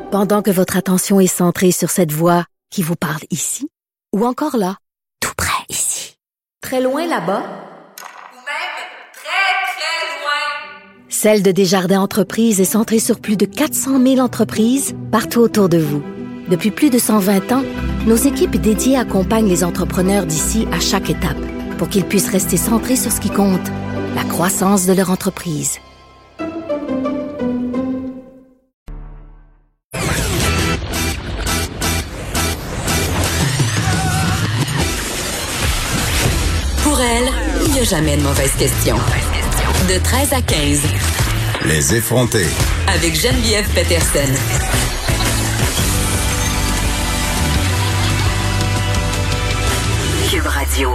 Pendant que votre attention est centrée sur cette voix qui vous parle ici, ou encore là, tout près ici, très loin là-bas, ou même très, très loin. Celle de Desjardins Entreprises est centrée sur plus de 400 000 entreprises partout autour de vous. Depuis plus de 120 ans, nos équipes dédiées accompagnent les entrepreneurs d'ici à chaque étape pour qu'ils puissent rester centrés sur ce qui compte, la croissance de leur entreprise. Pour elle, il n'y a jamais de mauvaise question. De 13 à 15. Les effrontés. Avec Geneviève Peterson. Cube Radio.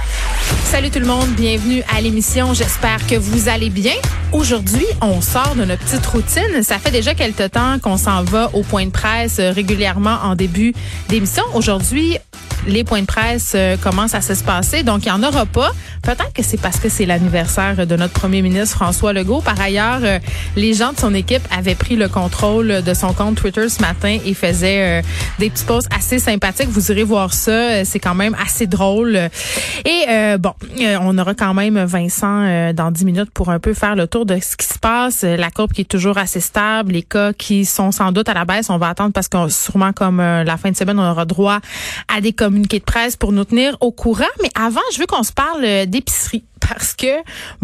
Salut tout le monde, bienvenue à l'émission. J'espère que vous allez bien. Aujourd'hui, on sort de notre petite routine. Ça fait déjà quelque temps qu'on s'en va au point de presse régulièrement en début d'émission. Aujourd'hui, les points de presse commencent à se passer, donc il n'y en aura pas. Peut-être que c'est parce que c'est l'anniversaire de notre premier ministre François Legault. Par ailleurs, les gens de son équipe avaient pris le contrôle de son compte Twitter ce matin et faisaient des petits posts assez sympathiques. Vous irez voir ça, c'est quand même assez drôle. Et on aura quand même Vincent dans 10 minutes pour un peu faire le tour de ce qui se passe. La courbe qui est toujours assez stable, les cas qui sont sans doute à la baisse. On va attendre parce que sûrement comme la fin de semaine, on aura droit à des communiqués de presse pour nous tenir au courant. Mais avant, je veux qu'on se parle d'épicerie. Parce que,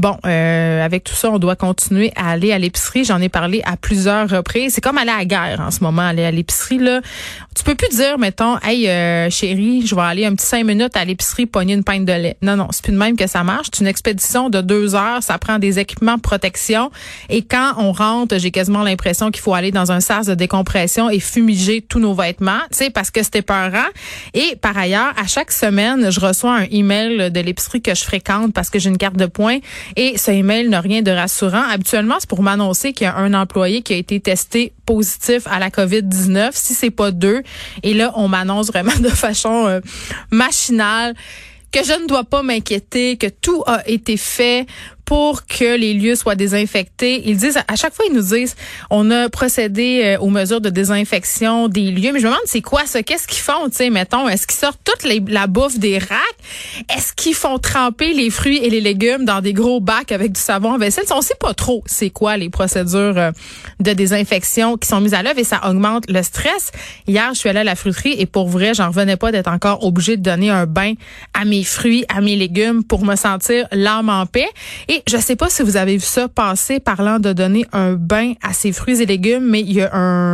avec tout ça, on doit continuer à aller à l'épicerie. J'en ai parlé à plusieurs reprises. C'est comme aller à la guerre en ce moment, aller à l'épicerie, là. Tu peux plus dire, mettons, hey, chérie, je vais aller un petit 5 minutes à l'épicerie pogner une pinte de lait. Non, c'est plus de même que ça marche. C'est une expédition de 2 heures. Ça prend des équipements de protection. Et quand on rentre, j'ai quasiment l'impression qu'il faut aller dans un sas de décompression et fumiger tous nos vêtements, tu sais, parce que c'était peurant. Et par ailleurs, à chaque semaine, je reçois un email de l'épicerie que je fréquente parce que j'ai une carte de points et ce email n'a rien de rassurant. Habituellement, c'est pour m'annoncer qu'il y a un employé qui a été testé positif à la COVID-19, si c'est pas 2. Et là, on m'annonce vraiment de façon machinale que je ne dois pas m'inquiéter, que tout a été fait pour que les lieux soient désinfectés. Ils disent, à chaque fois, ils nous disent, on a procédé aux mesures de désinfection des lieux. Mais je me demande, c'est quoi ça? Qu'est-ce qu'ils font, tu sais, mettons? Est-ce qu'ils sortent toute la bouffe des racks? Est-ce qu'ils font tremper les fruits et les légumes dans des gros bacs avec du savon à vaisselle? On sait pas trop c'est quoi les procédures de désinfection qui sont mises à l'œuvre et ça augmente le stress. Hier, je suis allée à la fruiterie et pour vrai, j'en revenais pas d'être encore obligée de donner un bain à mes fruits, à mes légumes pour me sentir l'âme en paix. Et je sais pas si vous avez vu ça passer parlant de donner un bain à ses fruits et légumes, mais il y a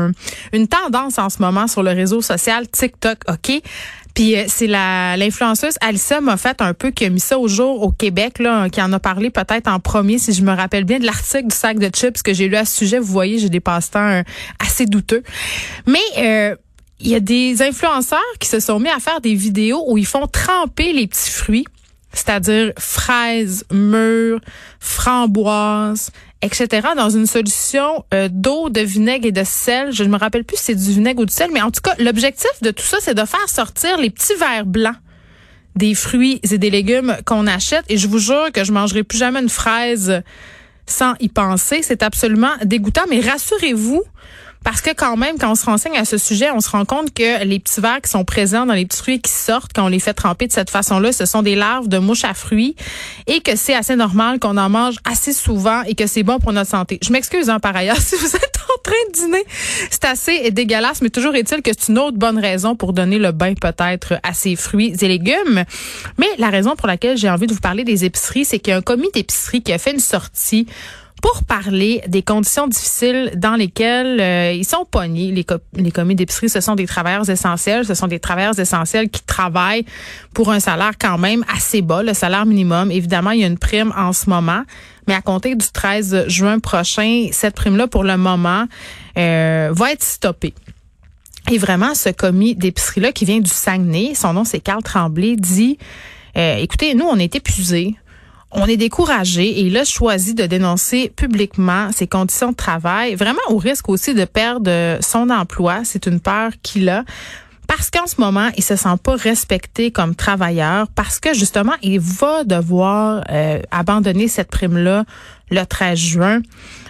une tendance en ce moment sur le réseau social TikTok, OK? Puis c'est l'influenceuse Alyssa Moffett un peu qui a mis ça au jour au Québec, là, qui en a parlé peut-être en premier, si je me rappelle bien, de l'article du sac de chips que j'ai lu à ce sujet. Vous voyez, j'ai des passe-temps assez douteux. Mais il y a des influenceurs qui se sont mis à faire des vidéos où ils font tremper les petits fruits, c'est-à-dire fraises, mûres, framboises, etc., dans une solution d'eau, de vinaigre et de sel. Je ne me rappelle plus si c'est du vinaigre ou du sel, mais en tout cas, l'objectif de tout ça, c'est de faire sortir les petits verres blancs des fruits et des légumes qu'on achète. Et je vous jure que je mangerai plus jamais une fraise sans y penser. C'est absolument dégoûtant, mais rassurez-vous, parce que quand même, quand on se renseigne à ce sujet, on se rend compte que les petits vers qui sont présents dans les petits fruits qui sortent, quand on les fait tremper de cette façon-là, ce sont des larves de mouches à fruits et que c'est assez normal qu'on en mange assez souvent et que c'est bon pour notre santé. Je m'excuse par ailleurs si vous êtes en train de dîner. C'est assez dégueulasse, mais toujours est-il que c'est une autre bonne raison pour donner le bain peut-être à ces fruits et légumes. Mais la raison pour laquelle j'ai envie de vous parler des épiceries, c'est qu'il y a un comité d'épicerie qui a fait une sortie pour parler des conditions difficiles dans lesquelles ils sont pognés. Les commis d'épicerie, ce sont des travailleurs essentiels. Ce sont des travailleurs essentiels qui travaillent pour un salaire quand même assez bas, le salaire minimum. Évidemment, il y a une prime en ce moment, mais à compter du 13 juin prochain, cette prime-là, pour le moment, va être stoppée. Et vraiment, ce commis d'épicerie-là qui vient du Saguenay, son nom c'est Carl Tremblay, dit écoutez, nous, on est épuisés. On est découragé et il a choisi de dénoncer publiquement ses conditions de travail, vraiment au risque aussi de perdre son emploi. C'est une peur qu'il a parce qu'en ce moment, il se sent pas respecté comme travailleur parce que justement, il va devoir abandonner cette prime-là le 13 juin.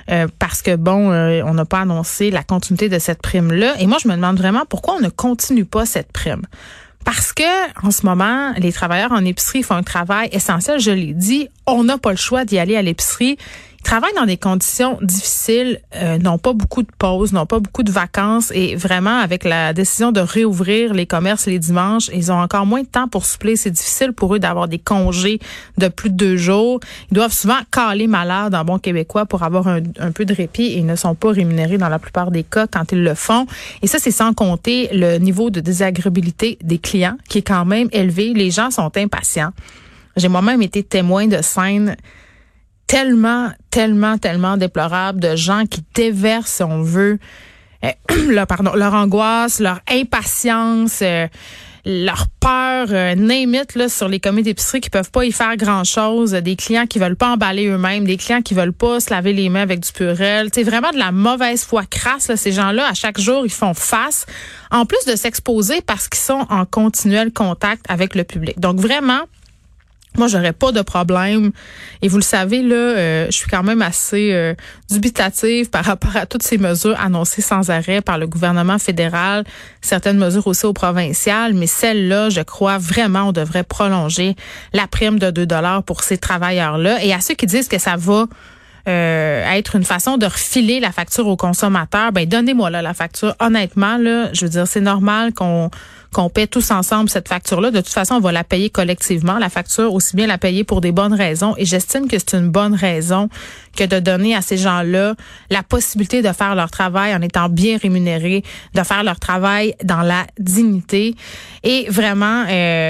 parce que on n'a pas annoncé la continuité de cette prime-là. Et moi, je me demande vraiment pourquoi on ne continue pas cette prime. Parce que en ce moment, les travailleurs en épicerie font un travail essentiel. Je l'ai dit, on n'a pas le choix d'y aller à l'épicerie. Ils travaillent dans des conditions difficiles, n'ont pas beaucoup de pauses, n'ont pas beaucoup de vacances et vraiment avec la décision de réouvrir les commerces les dimanches, ils ont encore moins de temps pour souffler. C'est difficile pour eux d'avoir des congés de plus de 2 jours. Ils doivent souvent caler malade en bon québécois pour avoir un peu de répit et ils ne sont pas rémunérés dans la plupart des cas quand ils le font. Et ça, c'est sans compter le niveau de désagréabilité des clients qui est quand même élevé. Les gens sont impatients. J'ai moi-même été témoin de scènes tellement déplorable de gens qui déversent, si on veut, leur angoisse, leur impatience, leur peur, name it, là, sur les commis d'épicerie qui peuvent pas y faire grand-chose, des clients qui veulent pas emballer eux-mêmes, des clients qui veulent pas se laver les mains avec du Purell. C'est vraiment de la mauvaise foi crasse, là, ces gens-là, à chaque jour, ils font face, en plus de s'exposer parce qu'ils sont en continuel contact avec le public. Donc vraiment, moi, j'aurais pas de problème. Et vous le savez, là, je suis quand même assez dubitative par rapport à toutes ces mesures annoncées sans arrêt par le gouvernement fédéral, certaines mesures aussi au provincial, mais celle-là, je crois vraiment, on devrait prolonger la prime de 2 $ pour ces travailleurs-là. Et à ceux qui disent que ça va être une façon de refiler la facture aux consommateurs, ben donnez-moi là la facture. Honnêtement, là, je veux dire, c'est normal qu'on paie tous ensemble cette facture-là. De toute façon, on va la payer collectivement, la facture, aussi bien la payer pour des bonnes raisons. Et j'estime que c'est une bonne raison que de donner à ces gens-là la possibilité de faire leur travail en étant bien rémunérés, de faire leur travail dans la dignité. Et vraiment,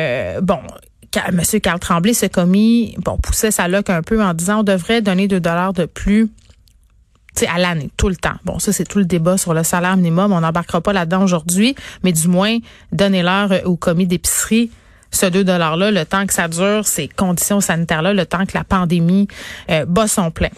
M. Carl Tremblay, ce commis, poussait sa loque un peu en disant on devrait donner 2 $ de plus à l'année, tout le temps. Bon, ça, c'est tout le débat sur le salaire minimum. On n'embarquera pas là-dedans aujourd'hui, mais du moins, donnez-leur au commis d'épicerie ce 2 $ le temps que ça dure, ces conditions sanitaires-là, le temps que la pandémie bat son plein.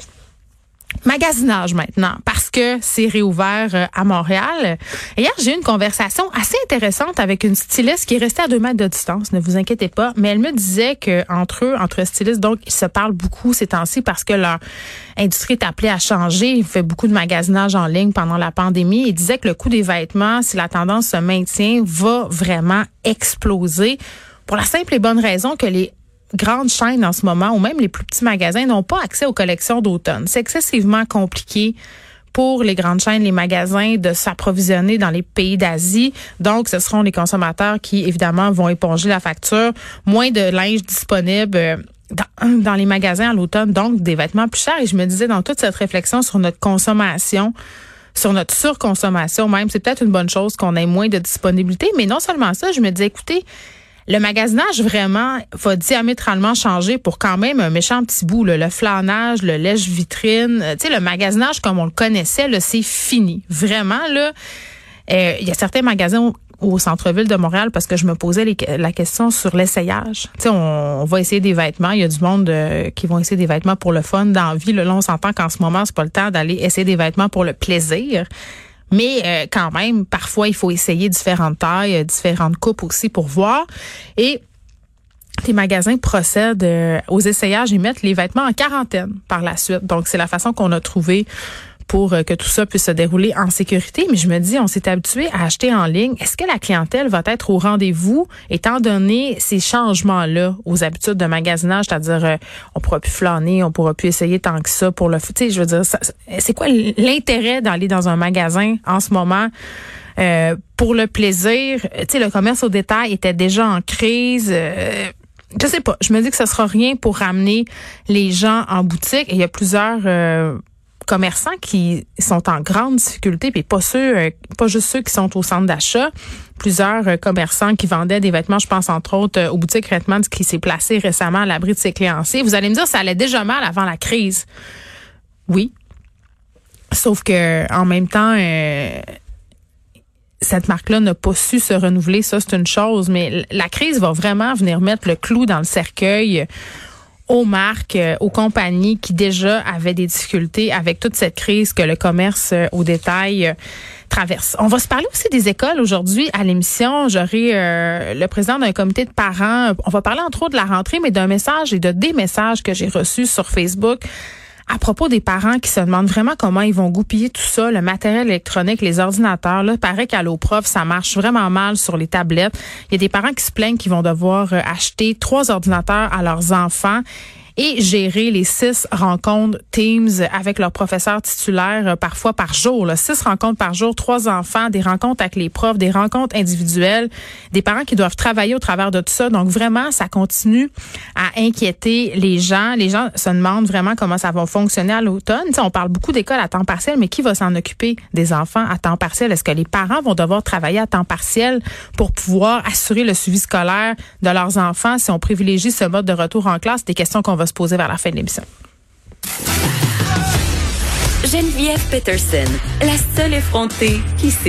Magasinage maintenant, parce que c'est réouvert à Montréal. Hier, j'ai eu une conversation assez intéressante avec une styliste qui est restée à 2 mètres de distance, ne vous inquiétez pas, mais elle me disait que entre stylistes, donc, ils se parlent beaucoup ces temps-ci parce que leur industrie est appelée à changer. Ils font beaucoup de magasinage en ligne pendant la pandémie. Ils disaient que le coût des vêtements, si la tendance se maintient, va vraiment exploser pour la simple et bonne raison que les grandes chaînes en ce moment, ou même les plus petits magasins, n'ont pas accès aux collections d'automne. C'est excessivement compliqué pour les grandes chaînes, les magasins, de s'approvisionner dans les pays d'Asie. Donc, ce seront les consommateurs qui, évidemment, vont éponger la facture. Moins de linge disponible dans les magasins à l'automne, donc des vêtements plus chers. Et je me disais, dans toute cette réflexion sur notre consommation, sur notre surconsommation même, c'est peut-être une bonne chose qu'on ait moins de disponibilité. Mais non seulement ça, je me disais, écoutez, le magasinage, vraiment, va diamétralement changer pour quand même un méchant petit bout. Là. Le flânage, le lèche-vitrine, tu sais, le magasinage comme on le connaissait, là, c'est fini. Vraiment, là, il y a certains magasins au centre-ville de Montréal parce que je me posais la question sur l'essayage. Tu sais, on va essayer des vêtements. Il y a du monde qui vont essayer des vêtements pour le fun, dans la vie. Là, on s'entend qu'en ce moment, c'est pas le temps d'aller essayer des vêtements pour le plaisir. Mais quand même, parfois, il faut essayer différentes tailles, différentes coupes aussi pour voir. Et les magasins procèdent aux essayages et mettent les vêtements en quarantaine par la suite. Donc, c'est la façon qu'on a trouvé pour que tout ça puisse se dérouler en sécurité. Mais je me dis, on s'est habitué à acheter en ligne. Est-ce que la clientèle va être au rendez-vous étant donné ces changements-là aux habitudes de magasinage? C'est-à-dire, on pourra plus flâner, on pourra plus essayer tant que ça pour le... Tu sais, je veux dire, c'est quoi l'intérêt d'aller dans un magasin en ce moment pour le plaisir? Tu sais, le commerce au détail était déjà en crise. Je sais pas. Je me dis que ce sera rien pour ramener les gens en boutique. Et il y a plusieurs... commerçants qui sont en grande difficulté, puis pas juste ceux qui sont au centre d'achat. Plusieurs commerçants qui vendaient des vêtements, je pense entre autres aux boutiques Redmond qui s'est placé récemment à l'abri de ses créanciers. Vous allez me dire, ça allait déjà mal avant la crise. Oui. Sauf que en même temps, cette marque-là n'a pas su se renouveler. Ça, c'est une chose. Mais la crise va vraiment venir mettre le clou dans le cercueil aux marques, aux compagnies qui déjà avaient des difficultés avec toute cette crise que le commerce au détail traverse. On va se parler aussi des écoles aujourd'hui à l'émission. J'aurai le président d'un comité de parents. On va parler entre autres de la rentrée, mais d'un message et de des messages que j'ai reçus sur Facebook à propos des parents qui se demandent vraiment comment ils vont goupiller tout ça, le matériel électronique, les ordinateurs. Là, paraît qu'Alloprof, ça marche vraiment mal sur les tablettes. Il y a des parents qui se plaignent qu'ils vont devoir acheter 3 ordinateurs à leurs enfants et gérer les 6 rencontres Teams avec leur professeur titulaire parfois par jour. Là. 6 rencontres par jour, 3 enfants, des rencontres avec les profs, des rencontres individuelles, des parents qui doivent travailler au travers de tout ça. Donc vraiment, ça continue à inquiéter les gens. Les gens se demandent vraiment comment ça va fonctionner à l'automne. T'sais, on parle beaucoup d'écoles à temps partiel, mais qui va s'en occuper des enfants à temps partiel? Est-ce que les parents vont devoir travailler à temps partiel pour pouvoir assurer le suivi scolaire de leurs enfants si on privilégie ce mode de retour en classe? Des questions qu'on va se poser vers la fin de l'émission. Geneviève Peterson, la seule effrontée qui sait